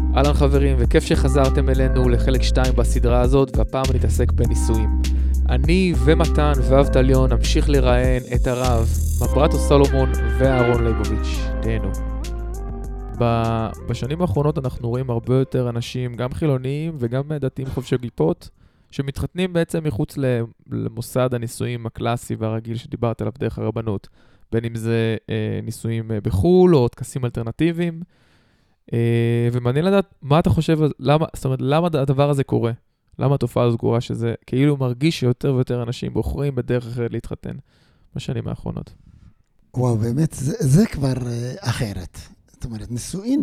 אהלן חברים, וכיף שחזרתם אלינו לחלק 2 בסדרה הזאת, והפעם נתעסק בניסויים. אני ומתן ואבטליון נמשיך לראיין את הרב, מברטו סולומון ואהרון ליבוביץ'. תהנו. בשנים האחרונות אנחנו רואים הרבה יותר אנשים, גם חילוניים וגם דתיים חובשי כיפות, שמתחתנים בעצם מחוץ למוסד הניסויים הקלאסי והרגיל שדיברת עליו דרך הרבנות. בין אם זה ניסויים בחול או טקסים אלטרנטיביים. ומעניין לדעת מה אתה חושב, למה הדבר הזה קורה? למה התופעה הזו קורה שזה כאילו מרגיש שיותר ויותר אנשים בוחרים בדרך אחרת להתחתן בשנים האחרונות? וואו, באמת, זה כבר אחרת. זאת אומרת, נישואין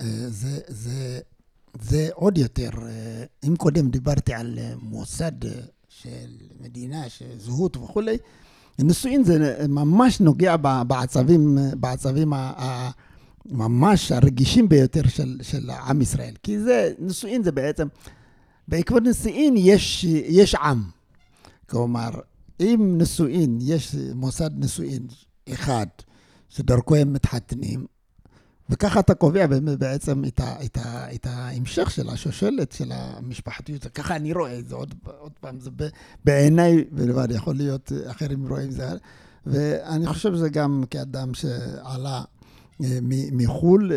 זה עוד יותר, אם קודם דיברתי על מוסד של מדינה, של זהות וכו', נישואין זה ממש נוגע בעצבים ממש הרגישים ביותר של עם ישראל. כי נישואין זה בעצם, בעקבות נישואין יש עם. כלומר, אם נישואין, יש מוסד נישואין אחד, שדרכו הם מתחתנים, וככה אתה קובע בעצם את ההמשך של השושלת, של המשפחתיות. ככה אני רואה את זה עוד פעם, זה בעיניי בלבד, יכול להיות אחרים רואים זה. ואני חושב שזה גם כאדם שעלה מחול,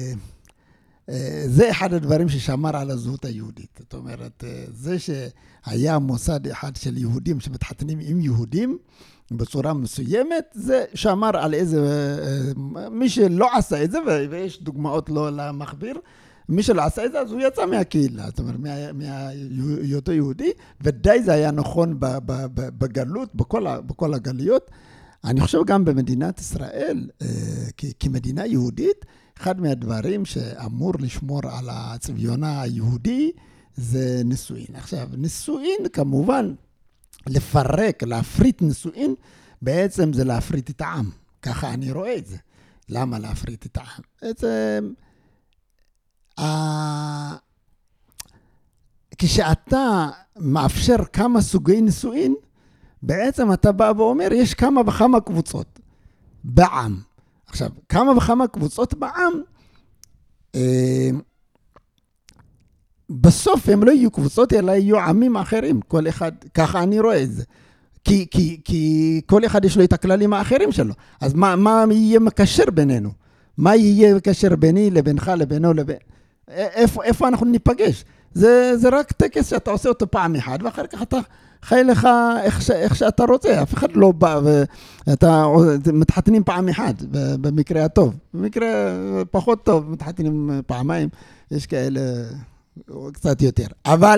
זה אחד הדברים ששמר על הזהות היהודית. זאת אומרת, זה שהיה מוסד אחד של יהודים שמתחתנים עם יהודים בצורה מסוימת, זה שמר על מי שלא עשה את זה, ויש דוגמאות לא למחביר, מי שלא עשה את זה, אז הוא יצא מהקהילה, זאת אומרת, מהיותו יהודי, ודי זה היה נכון בגלות, בכל הגליות. אני חושב גם במדינת ישראל, כמדינה יהודית, אחד מהדברים שאמור לשמור על הצביונה היהודי, זה נישואין. עכשיו, נישואין כמובן, לפרק, להפריט נישואין, בעצם זה להפריט את העם. ככה אני רואה את זה. למה להפריט את העם? בעצם, כשאתה מאפשר כמה סוגי נישואין, בעצם אתה בא ואומר, יש כמה וכמה קבוצות בעם. עכשיו, כמה וכמה קבוצות בעם, בסוף הם לא יהיו קבוצות, אלא יהיו עמים אחרים. כל אחד, ככה אני רואה את זה. כי כל אחד יש לו את הכללים האחרים שלו. אז מה יהיה מקשר בינינו? מה יהיה מקשר ביני לבינך, לבינו, איפה אנחנו ניפגש? זה רק טקס שאתה עושה אותו פעם אחת, ואחר כך אתה חי לך איך שאתה רוצה. אף אחד לא בא, ואתה מתחתנים פעם אחת, במקרה הטוב. במקרה פחות טוב, מתחתנים פעמיים. יש כאלה קצת יותר. אבל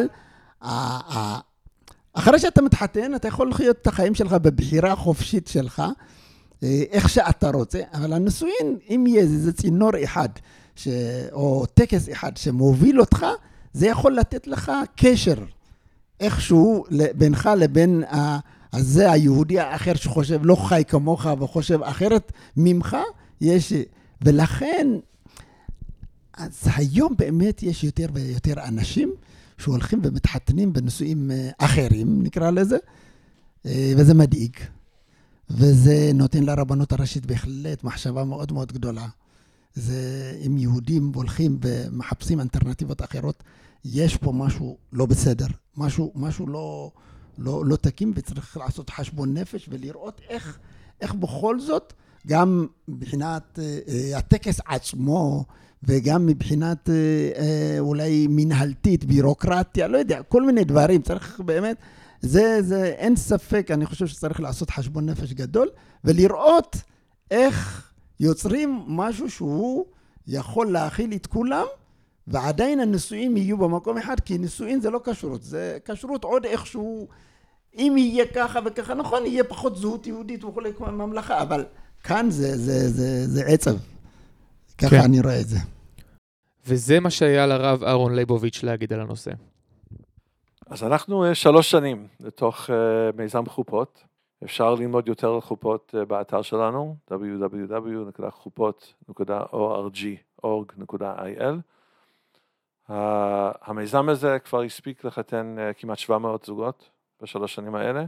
אחרי שאתה מתחתן, אתה יכול לחיות את החיים שלך בבחירה חופשית שלך, איך שאתה רוצה. אבל הנישואין, אם יהיה איזה צינור אחד, או טקס אחד שמוביל אותך, זה יכול לתת לך קשר, איכשהו בינך לבין הזה היהודי האחר שחושב לא חי כמוך וחושב אחרת ממך, ולכן, אז היום באמת יש יותר ויותר אנשים שהולכים ומתחתנים בנישואים אחרים, נקרא לזה, וזה מדאיג. וזה נותן לרבנות הראשית בהחלט מחשבה מאוד מאוד גדולה. זה אם יהודים הולכים ומחפשים אלטרנטיבות אחרות, יש פה משהו לא בסדר, משהו לא תקים, וצריך לעשות חשבון נפש ולראות איך בכל זאת, גם מבחינת הטקס עצמו, וגם מבחינת אולי מנהלתית, בירוקרטיה, לא יודע, כל מיני דברים, צריך באמת, אין ספק, אני חושב שצריך לעשות חשבון נפש גדול, ולראות איך יוצרים משהו שהוא יכול להכיל את כולם, ועדיין הנישואים יהיו במקום אחד, כי נישואים זה לא כשרות, זה כשרות עוד איכשהו, אם יהיה ככה וככה, נכון, יהיה פחות זהות יהודית וכולי כמו ממלכה, אבל כאן זה עצב. ככה כן. אני רואה את זה. וזה מה שהיה לרב אהרון ליבוביץ' להגיד על הנושא. אז אנחנו 3 שנים לתוך מיזם חופות. אפשר ללמוד יותר על חופות באתר שלנו, www.חופות.org.il. המיזם הזה כבר הספיק לחתן כמעט 700 זוגות ב3 שנים האלה.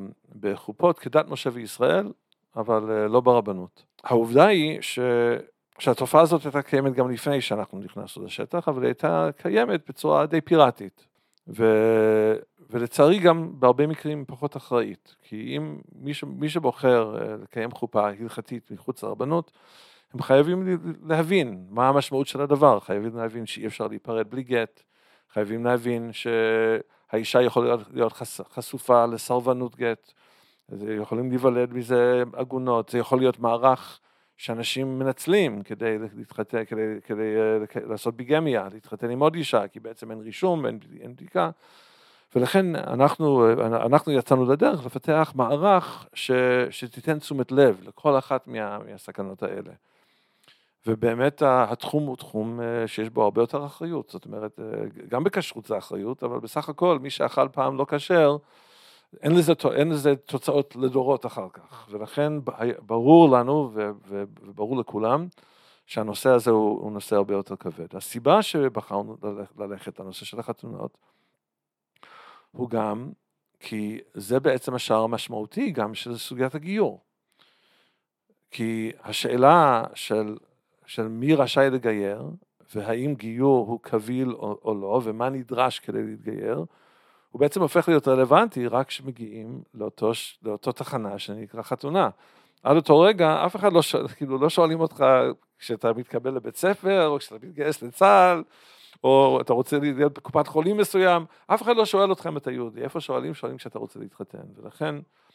בחופות כדת משה וישראל, אבל לא ברבנות. העובדה היא שהתופעה הזאת הייתה קיימת גם לפני שאנחנו נכנסנו לשטח, אבל היא הייתה קיימת בצורה די פיראטית, ולצערי גם בהרבה מקרים פחות אחראית, כי אם מי שבוחר לקיים חופה הלכתית מחוץ לרבנות, הם חייבים להבין מה המשמעות של הדבר, חייבים להבין שאי אפשר להיפרד בלי גט, חייבים להבין שהאישה יכולה להיות חשופה לסרבנות גט, יכולים להיוולד מזה עגונות, זה יכול להיות מערך שאנשים מנצלים כדי להתחתן, כדי לעשות ביגמיה, להתחתן עם עוד אישה, כי בעצם אין רישום, אין בדיקה, ולכן אנחנו יצאנו לדרך לפתח מערך שתיתן תשומת לב לכל אחת מהסכנות האלה. ובאמת התחום הוא תחום שיש בו הרבה יותר אחריות, זאת אומרת, גם בכשרות זה אחריות, אבל בסך הכל מי שאכל פעם לא כשר, אין לזה תוצאות לדורות אחר כך, ולכן ברור לנו וברור לכולם שהנושא הזה הוא נושא הרבה יותר כבד. הסיבה שבחרנו ללכת לנושא של החתונות, הוא גם כי זה בעצם השער המשמעותי גם של סוגיית הגיור. כי השאלה של מי רשאי לגייר, והאם גיור הוא קביל או לא, ומה נדרש כדי להתגייר, הוא בעצם הופך להיות רלוונטי רק כשמגיעים לאותו תחנה שנקרא חתונה. עד אותו רגע, אף אחד לא שואלים אותך כשאתה מתקבל לבית ספר, או כשאתה מתגייס לצה"ל, או אתה רוצה להיות בקופת חולים מסוים, אף אחד לא שואל אותך אם אתה יהודי. איפה שואלים כשאתה רוצה להתחתן. ולכן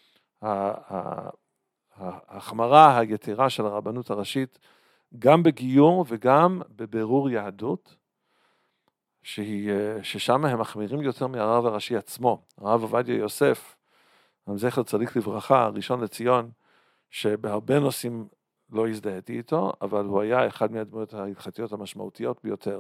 ההחמרה היתרה של הרבנות הראשית, גם בגיור וגם בבירור יהדות, ששם הם מחמירים יותר מהרב הראשי עצמו. הרב עובדיה יוסף, זכר צדיק לברכה, הראשון לציון, שבהרבה נושאים לא הזדהיתי איתו, אבל הוא היה אחד מהדמויות ההלכתיות המשמעותיות ביותר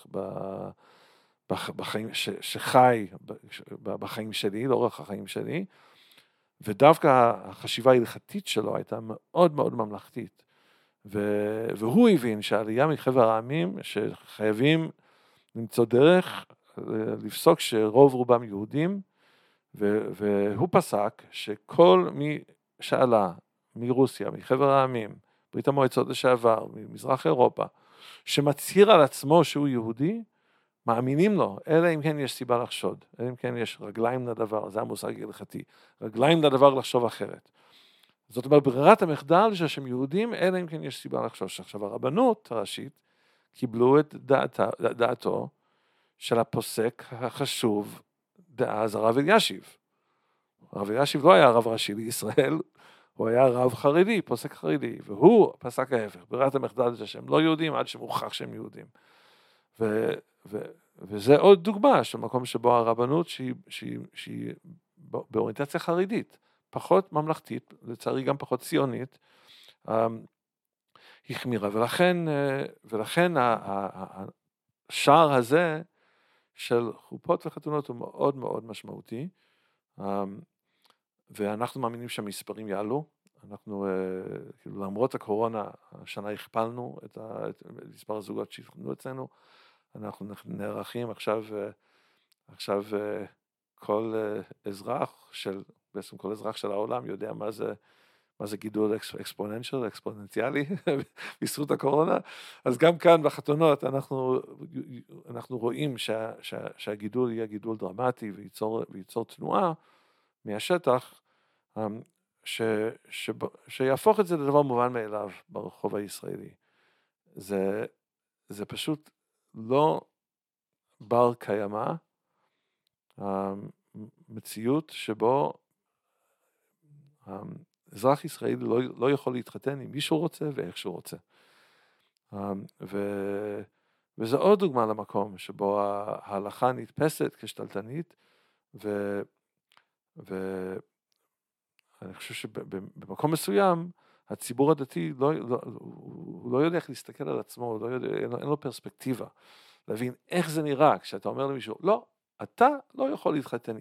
בחיים, שחי בחיים שלי, לאורך החיים שלי, ודווקא החשיבה ההלכתית שלו הייתה מאוד מאוד ממלכתית, והוא הבין שהעלייה מחבר העמים שחייבים למצוא דרך לפסוק שרוב רובם יהודים, והוא פסק שכל מי שעלה מרוסיה, מחבר העמים, ברית המועצות לשעבר, ממזרח אירופה, שמצהיר על עצמו שהוא יהודי, מאמינים לו, אלא אם כן יש סיבה לחשוד, אלא אם כן יש רגליים לדבר, זה המושג הלכתי, רגליים לדבר לחשוב אחרת. זאת אומרת, ברירת המחדל שהם יהודים, אלא אם כן יש סיבה לחשוב. עכשיו, הרבנות הראשית קיבלו את דעתו של הפוסק החשוב דאז הרב אלישיב. הרב אלישיב לא היה רב ראשי לישראל, הוא היה רב חרדי, פוסק חרדי, והוא פסק ההפך, ברירת המחדל זה שהם לא יהודים עד שמוכח שהם יהודים. וזה עוד דוגמה של מקום שבו הרבנות שהיא באוריינטציה חרדית, פחות ממלכתית, לצערי גם פחות ציונית, החמירה, ולכן השער הזה של חופות וחתונות הוא מאוד מאוד משמעותי, ואנחנו מאמינים שהמספרים יעלו, אנחנו, כאילו, למרות הקורונה, השנה הכפלנו את מספר הזוגות שהתחתנו אצלנו, אנחנו נערכים עכשיו כל אזרח בעצם כל אזרח של העולם יודע מה זה גידול אקספוננציאלי בזכות הקורונה, אז גם כאן בחתונות אנחנו רואים שהגידול יהיה גידול דרמטי וייצור תנועה מהשטח, שיהפוך את זה לדבר מובן מאליו ברחוב הישראלי. זה פשוט לא בר קיימא, מציאות שבו אזרח ישראלי לא יכול להתחתן עם מי שהוא רוצה ואיך שהוא רוצה. וזה עוד דוגמה למקום שבו ההלכה נתפסת כשתלטנית, ואני חושב שבמקום מסוים, הציבור הדתי הוא לא יודע איך להסתכל על עצמו, אין לו פרספקטיבה, להבין איך זה נראה כשאתה אומר למישהו, לא, אתה לא יכול להתחתן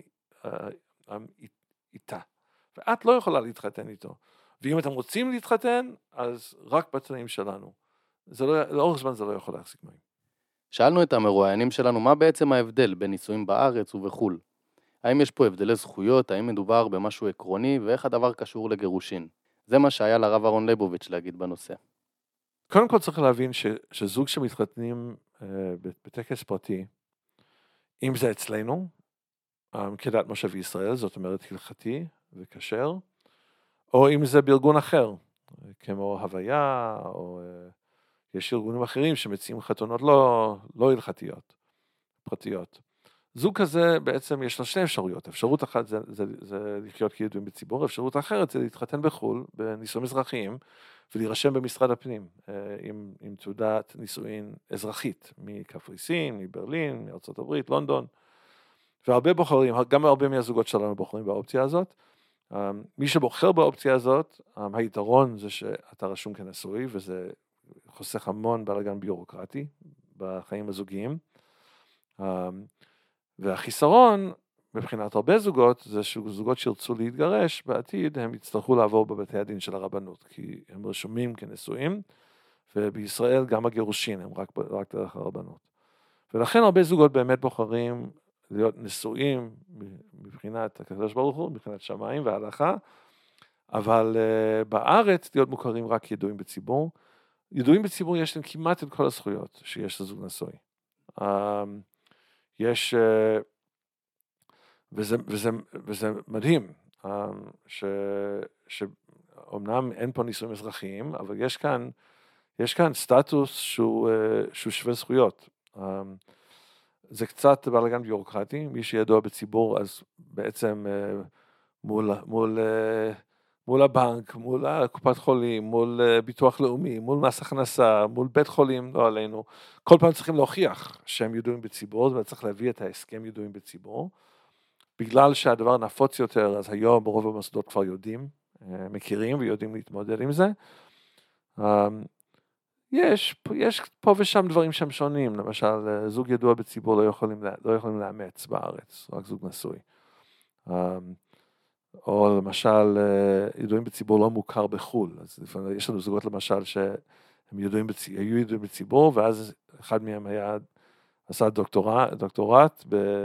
איתה, ואת לא יכולה להתחתן איתו, ואם אתם רוצים להתחתן, אז רק בתנאים שלנו. לאורך זמן זה לא יכול להחזיק מים. שאלנו את המרואיינים שלנו מה בעצם ההבדל בין נישואים בארץ ובחול. האם יש פה הבדלי זכויות, האם מדובר במשהו עקרוני, ואיך הדבר קשור לגירושין. זה מה שהיה לרב אהרון ליבוביץ' להגיד בנושא. קודם כל צריך להבין שזוג שמתחתנים בטקס פרטי, אם זה אצלנו, כדת משה וישראל, זאת אומרת הלכתי וכשר, או אם זה בארגון אחר, כמו הוויה, או יש ארגונים אחרים שמציעים חתונות לא הלכתיות, פרטיות. זוג כזה בעצם יש לו שתי אפשרויות. אפשרות אחת זה לחיות כידועים בציבור, אפשרות אחרת זה להתחתן בחו"ל, בנישואים אזרחיים, ולהירשם במשרד הפנים, עם תעודת נישואין אזרחית, מקפריסין, מברלין, מארצות הברית, לונדון, והרבה בוחרים, גם הרבה מהזוגות שלנו בוחרים באופציה הזאת. מי שבוחר באופציה הזאת, היתרון זה שאתה רשום כנשוי, וזה חוסך המון בלגן ביורוקרטי בחיים הזוגיים. והחיסרון, מבחינת הרבה זוגות, זה שזוגות שירצו להתגרש בעתיד, הם יצטרכו לעבור בבתי הדין של הרבנות, כי הם רשומים כנשואים, ובישראל גם הגירושין הם רק דרך הרבנות. ולכן הרבה זוגות באמת בוחרים להיות נשואים מבחינת הקדוש ברוך הוא, מבחינת שמיים וההלכה, אבל בארץ להיות מוכרים רק ידועים בציבור. ידועים בציבור יש להם כמעט את כל הזכויות שיש לזוג נשוי. יש, וזה מדהים, שאומנם אין פה נישואים אזרחיים, אבל יש כאן סטטוס שהוא שווה זכויות. זה קצת בלגן ביורוקרטי, מי שידוע בציבור, אז בעצם מול הבנק, מול קופת חולים, מול ביטוח לאומי, מול מס הכנסה, מול בית חולים, לא עלינו, כל פעם צריכים להוכיח שהם ידועים בציבור, וצריך להביא את ההסכם ידועים בציבור. בגלל שהדבר נפוץ יותר, אז היום ברוב המוסדות כבר יודעים, מכירים ויודעים להתמודד עם זה. יש פה ושם דברים שהם שונים, למשל זוג ידוע בציבור לא יכולים לאמץ בארץ, רק זוג נשוי. או למשל ידועים בציבור לא מוכר בחול, אז יש לנו זוגות למשל שהם היו ידועים בציבור, ואז אחד מהם עשה דוקטורט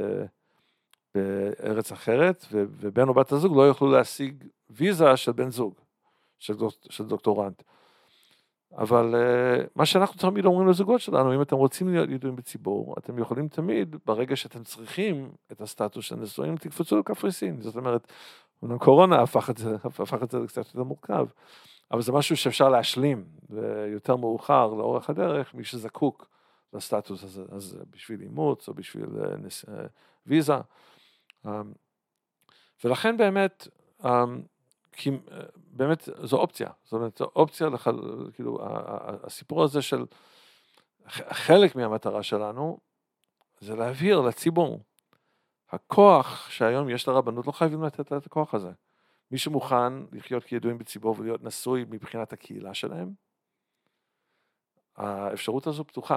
בארץ אחרת, ובן או בת הזוג לא יוכלו להשיג ויזה של בן זוג, של דוקטורנט. אבל מה שאנחנו תמיד אומרים לזוגות שלנו, אם אתם רוצים להיות ידועים בציבור, אתם יכולים תמיד, ברגע שאתם צריכים את הסטטוס של נשואים, תקפצו לקפריסין. זאת אומרת, קורונה הפך את זה קצת יותר מורכב, אבל זה משהו שאפשר להשלים, ויותר מאוחר לאורך הדרך, מי שזקוק לסטטוס הזה, אז בשביל אימוץ או בשביל ויזה. ולכן באמת, כי באמת זו אופציה, זאת אומרת, זו אופציה, כאילו, הסיפור הזה של חלק מהמטרה שלנו, זה להבהיר לציבור, הכוח שהיום יש לרבנות לא חייבים לתת את הכוח הזה. מי שמוכן לחיות כידועים בציבור ולהיות נשוי מבחינת הקהילה שלהם, האפשרות הזו פתוחה,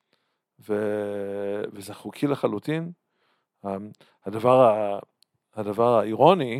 וזה חוקי לחלוטין. הדבר האירוני,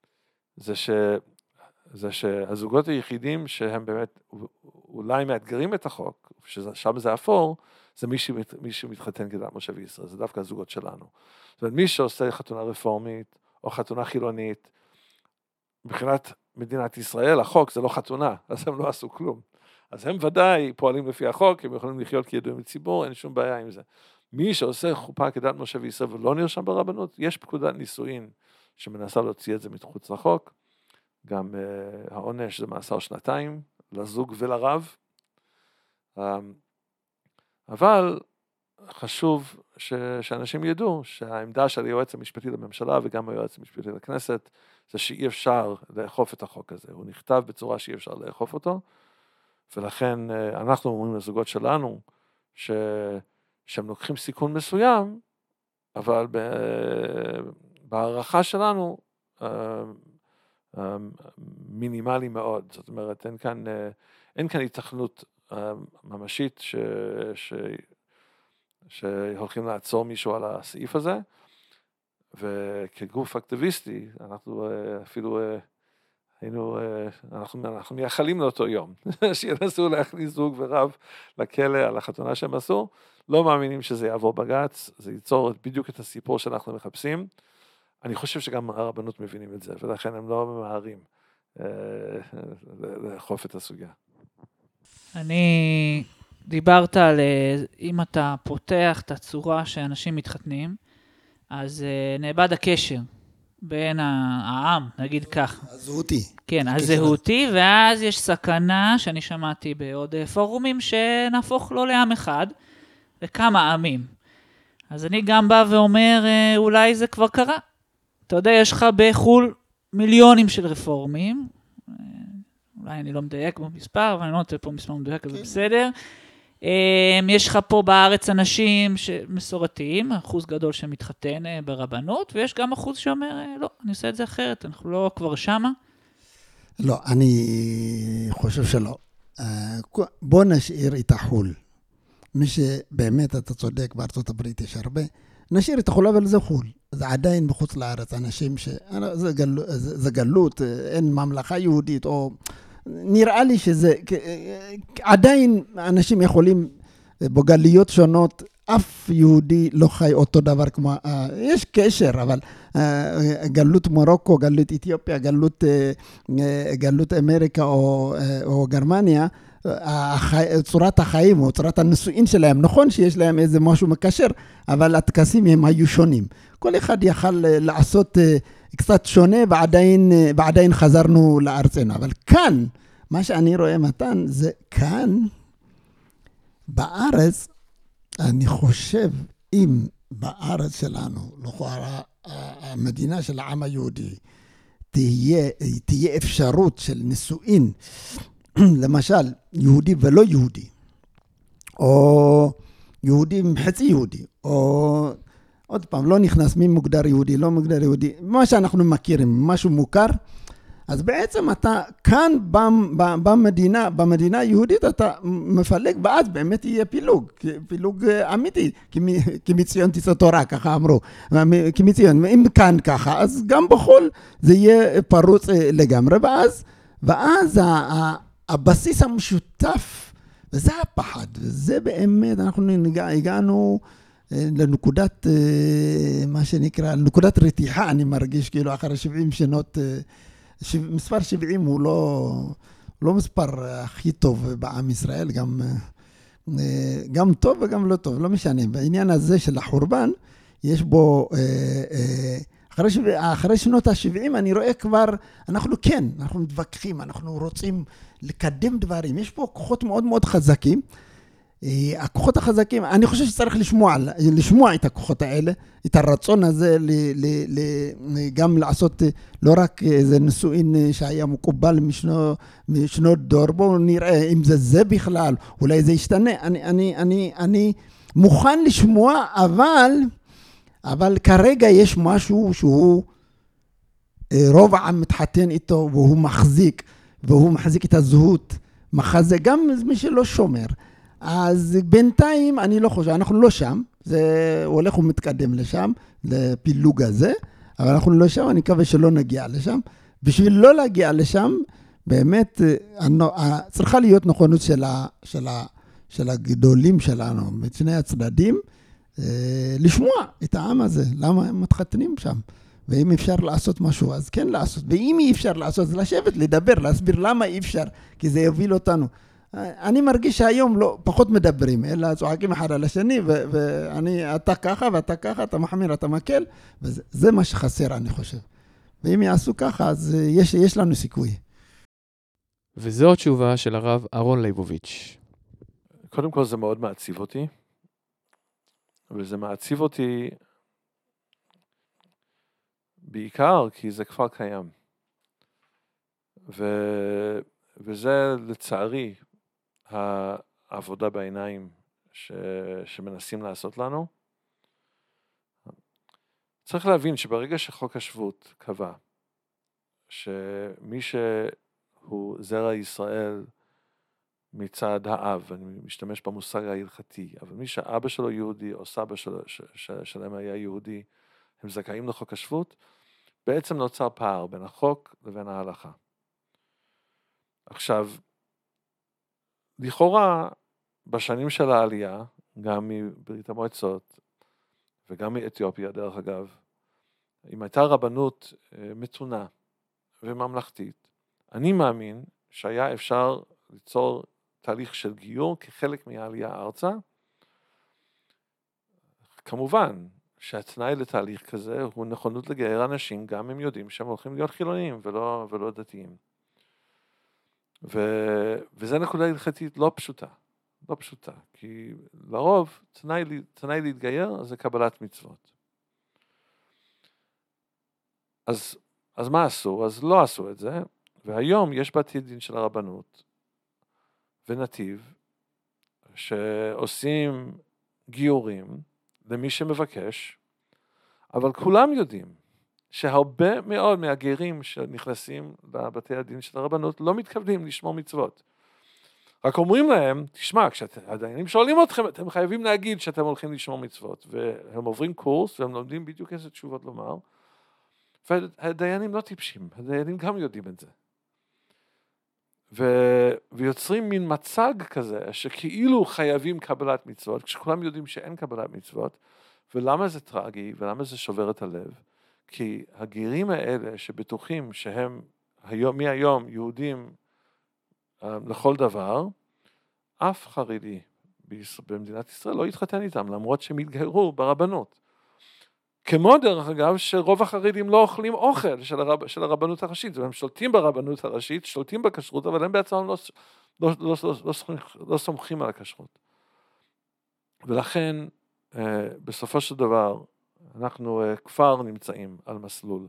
זה שהזוגות היחידים שהם באמת אולי מאתגרים את החוק, ששם זה אפור, זה מי שמתחתן כדת משה וישראל, זה דווקא הזוגות שלנו. זאת אומרת, מי שעושה חתונה רפורמית או חתונה חילונית, מבחינת מדינת ישראל, החוק זה לא חתונה, אז הם לא עשו כלום. אז הם ודאי פועלים לפי החוק, הם יכולים לחיות כידועים בציבור, אין שום בעיה עם זה. מי שעושה חופה כדת משה וישראל ולא נרשם ברבנות, יש פקודת נישואין שמנסה להוציא את זה מחוץ לחוק, גם העונש זה מאסר 2 לזוג ולרב, אבל חשוב שאנשים ידעו שהעמדה של היועץ המשפטי לממשלה וגם היועץ המשפטי לכנסת, זה שאי אפשר לאכוף את החוק הזה, הוא נכתב בצורה שאי אפשר לאכוף אותו, ולכן אנחנו אומרים לזוגות שלנו, שהם לוקחים סיכון מסוים, אבל בהערכה שלנו, מינימלי מאוד, זאת אומרת, אין כאן התכנות ממשית שהולכים לעצור מישהו על הסעיף הזה, וכגוף אקטיביסטי, אנחנו אפילו אנחנו מייחלים לאותו יום, שינסו להכניס זוג ורב לכלא על החתונה שהם עשו, לא מאמינים שזה יעבור בג"ץ, זה ייצור בדיוק את הסיפור שאנחנו מחפשים, אני חושב שגם הרבנות מבינים את זה, ולכן הם לא ממהרים לאכוף את הסוגיה. אני דיברת על אם אתה פותח את הצורה שאנשים מתחתנים, אז נאבד הקשר בין העם, נגיד ככה. הזהותי. כן, הזהותי, ואז יש סכנה שאני שמעתי בעוד פורומים שנהפוך לא לעם אחד, וכמה עמים. אז אני גם בא ואומר, אולי זה כבר קרה. אתה יודע, יש לך בחול מיליונים של רפורמים, אולי אני לא מדייק במספר, אבל אני לא נותן פה מספר מדויק, אז זה בסדר. יש לך פה בארץ אנשים מסורתיים, אחוז גדול שמתחתן ברבנות, ויש גם אחוז שאומר, לא, אני עושה את זה אחרת, אנחנו לא כבר שמה. לא, אני חושב שלא. בוא נשאיר את החול. מי שבאמת אתה צודק, בארצות הברית יש הרבה, נשאיר את החול, אבל זה חול. זה עדיין בחוץ לארץ, אנשים זה גלות, אין ממלכה יהודית, או נראה לי שזה, עדיין אנשים יכולים בגליות שונות, אף יהודי לא חי אותו דבר כמו, יש קשר, אבל גלות מרוקו, גלות אתיופיה, גלות אמריקה או גרמניה, צורת החיים או צורת הנישואין שלהם, נכון שיש להם איזה משהו מקשר, אבל הטקסים הם היו שונים. כל אחד יכל לעשות קצת שונה, ועדיין חזרנו לארצנו. אבל כאן, מה שאני רואה מתן, זה כאן, בארץ, אני חושב, אם בארץ שלנו, המדינה של העם היהודי, תהיה אפשרות של נישואין, למשל, יהודי ולא יהודי, או יהודי חצי יהודי, או עוד פעם, לא נכנס מי מוגדר יהודי, לא מוגדר יהודי, מה שאנחנו מכירים, משהו מוכר, אז בעצם אתה כאן במדינה היהודית אתה מפלג, ואז באמת יהיה פילוג אמיתי, כי מציון תצא תורה, ככה אמרו, כי מציון, אם כאן ככה, אז גם בחול זה יהיה פרוץ לגמרי, ואז הבסיס המשותף, וזה הפחד, וזה באמת, אנחנו הגענו לנקודת, מה שנקרא, לנקודת רתיחה, אני מרגיש כאילו אחרי 70 שנות, מספר 70 הוא לא מספר הכי טוב בעם ישראל, גם טוב וגם לא טוב, לא משנה. בעניין הזה של החורבן, יש בו, אחרי שנות ה-70 אני רואה כבר, אנחנו מתווכחים, אנחנו רוצים לקדם דברים. יש פה כוחות מאוד מאוד חזקים. הכוחות החזקים, אני חושב שצריך לשמוע את הכוחות האלה, את הרצון הזה גם לעשות לא רק איזה נישואין שהיה מקובל משנות דור. בואו נראה אם זה בכלל, אולי זה ישתנה. אני מוכן לשמוע, אבל כרגע יש משהו שהוא רוב העם מתחתן איתו, והוא מחזיק את הזהות, מחזה גם מי שלא שומר. אז בינתיים אני לא חושב, אנחנו לא שם, זה הולך ומתקדם לשם, לפילוג הזה, אבל אנחנו לא שם, אני מקווה שלא נגיע לשם. בשביל לא להגיע לשם, באמת צריכה להיות נכונות של הגדולים שלנו, משני הצדדים, לשמוע את העם הזה, למה הם מתחתנים שם. ואם אפשר לעשות משהו, אז כן לעשות. ואם אי אפשר לעשות, אז לשבת, לדבר, להסביר למה אי אפשר, כי זה יוביל אותנו. אני מרגיש שהיום לא, פחות מדברים, אלא צועקים אחד על השני, אתה ככה ואתה ככה, אתה מחמיר, אתה מקל, וזה מה שחסר, אני חושב. ואם יעשו ככה, אז יש לנו סיכוי. וזו התשובה של הרב אהרון ליבוביץ'. קודם כל זה מאוד מעציב אותי, וזה מעציב אותי בעיקר כי זה כבר קיים. וזה לצערי העבודה בעיניים שמנסים לעשות לנו. צריך להבין שברגע שחוק השבות קבע שמי שהוא זרע ישראל מצד האב, אני משתמש במושג ההלכתי, אבל מי שאבא שלו יהודי או סבא שלהם היה יהודי, הם זכאים לחוק השבות, בעצם נוצר פער בין החוק לבין ההלכה. עכשיו, לכאורה, בשנים של העלייה, גם מברית המועצות וגם מאתיופיה, דרך אגב, אם הייתה רבנות מתונה וממלכתית, אני מאמין שהיה אפשר ליצור תהליך של גיור כחלק מהעלייה ארצה. כמובן שהתנאי לתהליך כזה הוא נכונות לגייר אנשים, גם אם יודעים שהם הולכים להיות חילוניים ולא דתיים. וזה נקודה הלכתית לא פשוטה, כי לרוב תנאי להתגייר זה קבלת מצוות. אז מה עשו? אז לא עשו את זה, והיום יש בתי דין של הרבנות ונתיב שעושים גיורים למי שמבקש, אבל כולם יודעים שהרבה מאוד מהגרים שנכנסים לבתי הדין של הרבנות לא מתכוונים לשמור מצוות. רק אומרים להם, תשמע, כשהדיינים שואלים אתכם, אתם חייבים להגיד שאתם הולכים לשמור מצוות, והם עוברים קורס והם לומדים בדיוק איזה תשובות לומר, והדיינים לא טיפשים, הדיינים גם יודעים את זה. ויוצרים מין מצג כזה, שכאילו חייבים קבלת מצוות, כשכולם יודעים שאין קבלת מצוות, ולמה זה טרגי, ולמה זה שובר את הלב? כי הגרים האלה שבטוחים שהם מהיום יהודים לכל דבר, אף חרדי במדינת ישראל לא יתחתן איתם, למרות שהם התגיירו ברבנות. כמו דרך אגב, שרוב החרדים לא אוכלים אוכל של הרבנות הראשית, והם שולטים ברבנות הראשית, שולטים בכשרות, אבל הם בעצמם לא סומכים על הכשרות. ולכן, בסופו של דבר, אנחנו כבר נמצאים על מסלול,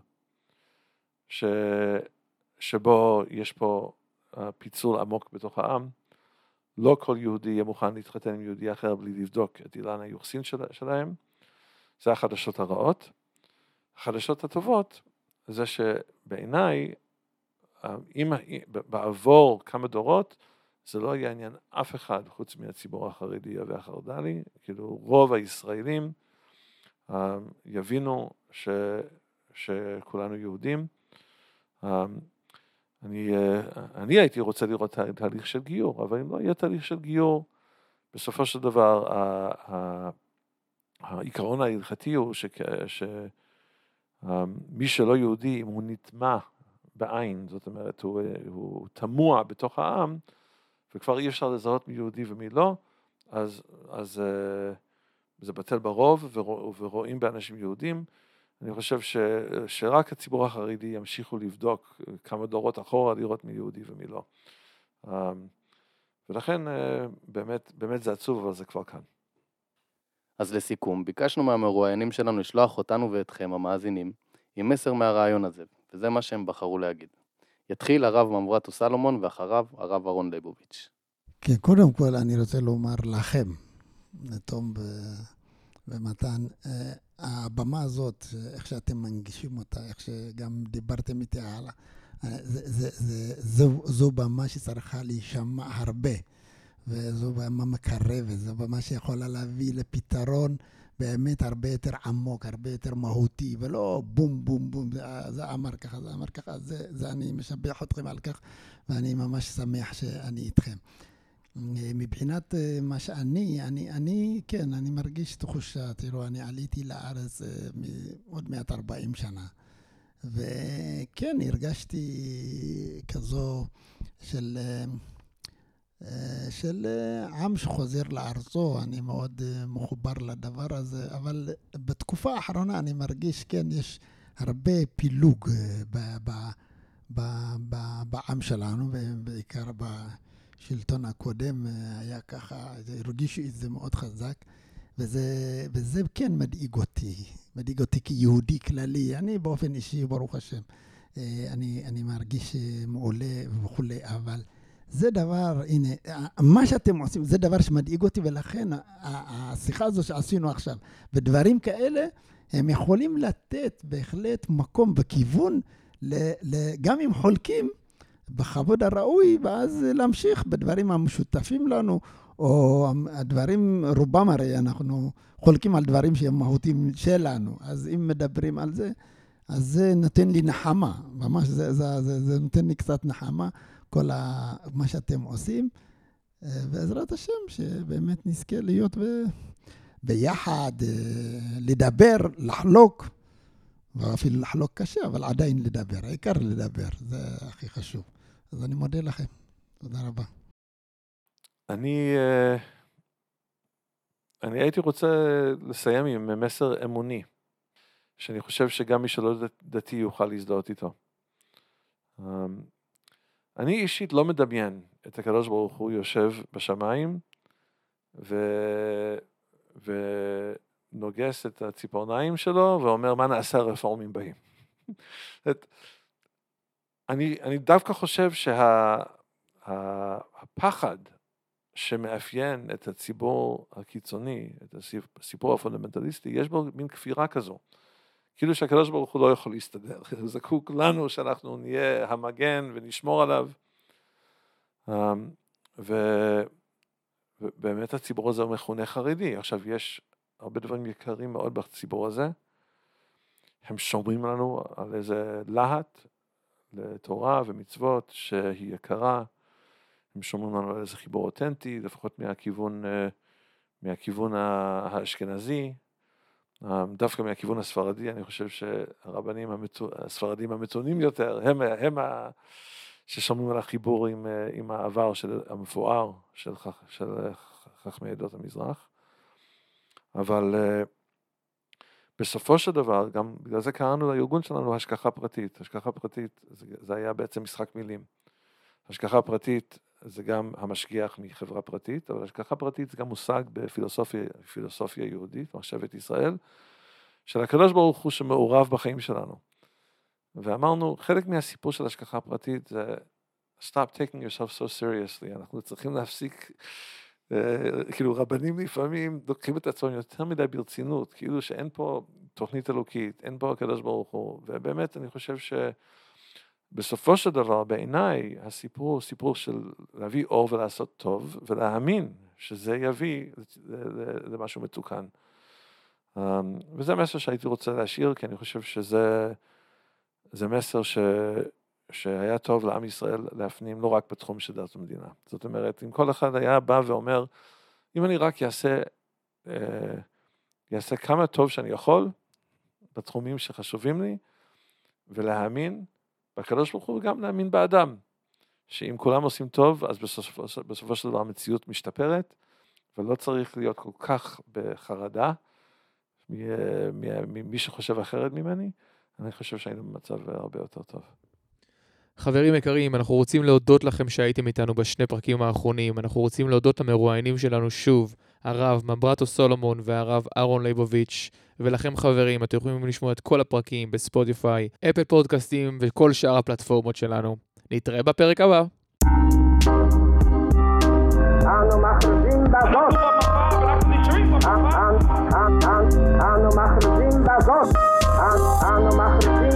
שבו יש פה פיצול עמוק בתוך העם. לא כל יהודי יהיה מוכן להתחתן עם יהודי אחר בלי לבדוק את אילן היוחסין שלהם. זה החדשות הרעות. החדשות הטובות זה שבעיניי, אם בעבור כמה דורות, זה לא יהיה עניין אף אחד חוץ מהציבור החרדי והחרד"לי, כאילו רוב הישראלים יבינו שכולנו יהודים. אני הייתי רוצה לראות תהליך של גיור, אבל אם לא יהיה תהליך של גיור, בסופו של דבר, העיקרון ההלכתי הוא שמי שלא יהודי, אם הוא נטמע בעין, זאת אומרת, הוא תמוע בתוך העם, וכבר אי אפשר לזהות מי יהודי ומי לא, אז זה בטל ברוב, ורואים באנשים יהודים. אני חושב שרק הציבור החרדי ימשיכו לבדוק כמה דורות אחורה, לראות מי יהודי ומי לא. ולכן באמת זה עצוב, אבל זה כבר כאן. אז לסיכום, ביקשנו מהמרואיינים שלנו לשלוח אותנו ואתכם, המאזינים, עם מסר מהרעיון הזה, וזה מה שהם בחרו להגיד. יתחיל הרב ממברטו סלומון, ואחריו הרב אהרון ליבוביץ'. כן, קודם כל אני רוצה לומר לכם, לתום ומתן, הבמה הזאת, איך שאתם מנגישים אותה, איך שגם דיברתם איתי הלאה, זו במה שצריכה להישמע הרבה, וזו במה מקרבת, זו במה שיכולה להביא לפתרון באמת הרבה יותר עמוק, הרבה יותר מהותי, ולא בום בום בום, זה אמר ככה, זה אמר ככה, זה אני משבח אתכם על כך, ואני ממש שמח שאני איתכם. מבחינת מה שאני כן, אני מרגיש תחושה, תראו, אני עליתי לארץ עוד 140 שנה, וכן, הרגשתי כזו של עם שחוזר לארצו, אני מאוד מחובר לדבר הזה, אבל בתקופה האחרונה אני מרגיש, כן, יש הרבה פילוג בעם שלנו, ובעיקר בשלטון הקודם היה ככה, הרגישו את זה מאוד חזק, וזה כן מדאיג אותי כיהודי כללי, אני באופן אישי, ברוך השם, אני מרגיש מעולה וכו', אבל זה דבר, הנה, מה שאתם עושים, זה דבר שמדאיג אותי, ולכן השיחה הזו שעשינו עכשיו, ודברים כאלה, הם יכולים לתת בהחלט מקום בכיוון, גם אם חולקים בכבוד הראוי, ואז להמשיך בדברים המשותפים לנו, או הדברים, רובם הרי אנחנו חולקים על דברים שהם מהותיים שלנו, אז אם מדברים על זה, אז זה נותן לי נחמה, ממש זה נותן לי קצת נחמה, כל מה שאתם עושים, בעזרת השם, שבאמת נזכה להיות ביחד, לדבר, לחלוק, ואפילו לחלוק קשה, אבל עדיין לדבר, העיקר לדבר, זה הכי חשוב. אז אני מודה לכם, תודה רבה. אני הייתי רוצה לסיים עם מסר אמוני, שאני חושב שגם מי שלא דתי יוכל להזדהות איתו. אני אישית לא מדמיין את הקדוש ברוך הוא יושב בשמיים ונוגס את הציפורניים שלו ואומר מה נעשה הרפורמים באים. אני דווקא חושב שהפחד שמאפיין את הציבור הקיצוני, את הסיפור הפונדמנטליסטי, יש בו מין כפירה כזו. כאילו שהקדוש ברוך הוא לא יכול להסתדר, הוא זקוק לנו שאנחנו נהיה המגן ונשמור עליו. ובאמת הציבור הזה הוא מכונה חרדי. עכשיו יש הרבה דברים יקרים מאוד בציבור הזה. הם שומרים לנו על איזה להט לתורה ומצוות שהיא יקרה. הם שומרים לנו על איזה חיבור אותנטי, לפחות מהכיוון האשכנזי. דווקא מהכיוון הספרדי, אני חושב שהרבנים הספרדים המתונים יותר, הם ששומעים על החיבור עם העבר המפואר של חכמי עדות המזרח. אבל בסופו של דבר, גם בגלל זה קראנו לארגון שלנו השגחה פרטית. השגחה פרטית זה היה בעצם משחק מילים. השגחה פרטית זה גם המשגיח מחברה פרטית, אבל השגחה פרטית זה גם מושג בפילוסופיה יהודית, מחשבת ישראל, של הקדוש ברוך הוא שמעורב בחיים שלנו. ואמרנו, חלק מהסיפור של השגחה פרטית זה stop taking yourself so seriously. אנחנו צריכים להפסיק, כאילו רבנים לפעמים לוקחים את עצמם יותר מדי ברצינות, כאילו שאין פה תוכנית אלוקית, אין פה הקדוש ברוך הוא, ובאמת אני חושב בסופו של דבר, בעיניי, הסיפור הוא סיפור של להביא אור ולעשות טוב, ולהאמין שזה יביא למשהו מתוקן. וזה מסר שהייתי רוצה להשאיר, כי אני חושב שזה מסר שהיה טוב לעם ישראל להפנים, לא רק בתחום של דת המדינה. זאת אומרת, אם כל אחד היה בא ואומר, אם אני רק יעשה כמה טוב שאני יכול, בתחומים שחשובים לי, ולהאמין, בקדוש ברוך הוא וגם להאמין באדם, שאם כולם עושים טוב, אז בסופו של דבר המציאות משתפרת, ולא צריך להיות כל כך בחרדה, ממי שחושב אחרת ממני, אני חושב שהיינו במצב הרבה יותר טוב. חברים יקרים, אנחנו רוצים להודות לכם שהייתם איתנו בשני פרקים האחרונים, אנחנו רוצים להודות למרואיינים שלנו שוב, הרב ממברטו סולומון והרב אהרון ליבוביץ', ולכם חברים, אתם יכולים לשמוע את כל הפרקים בספוטיפיי, אפל פודקאסטים וכל שאר הפלטפורמות שלנו. נתראה בפרק הבא. אנו מכריזים בזאת. אנו מכריזים בזאת. אנו מכריזים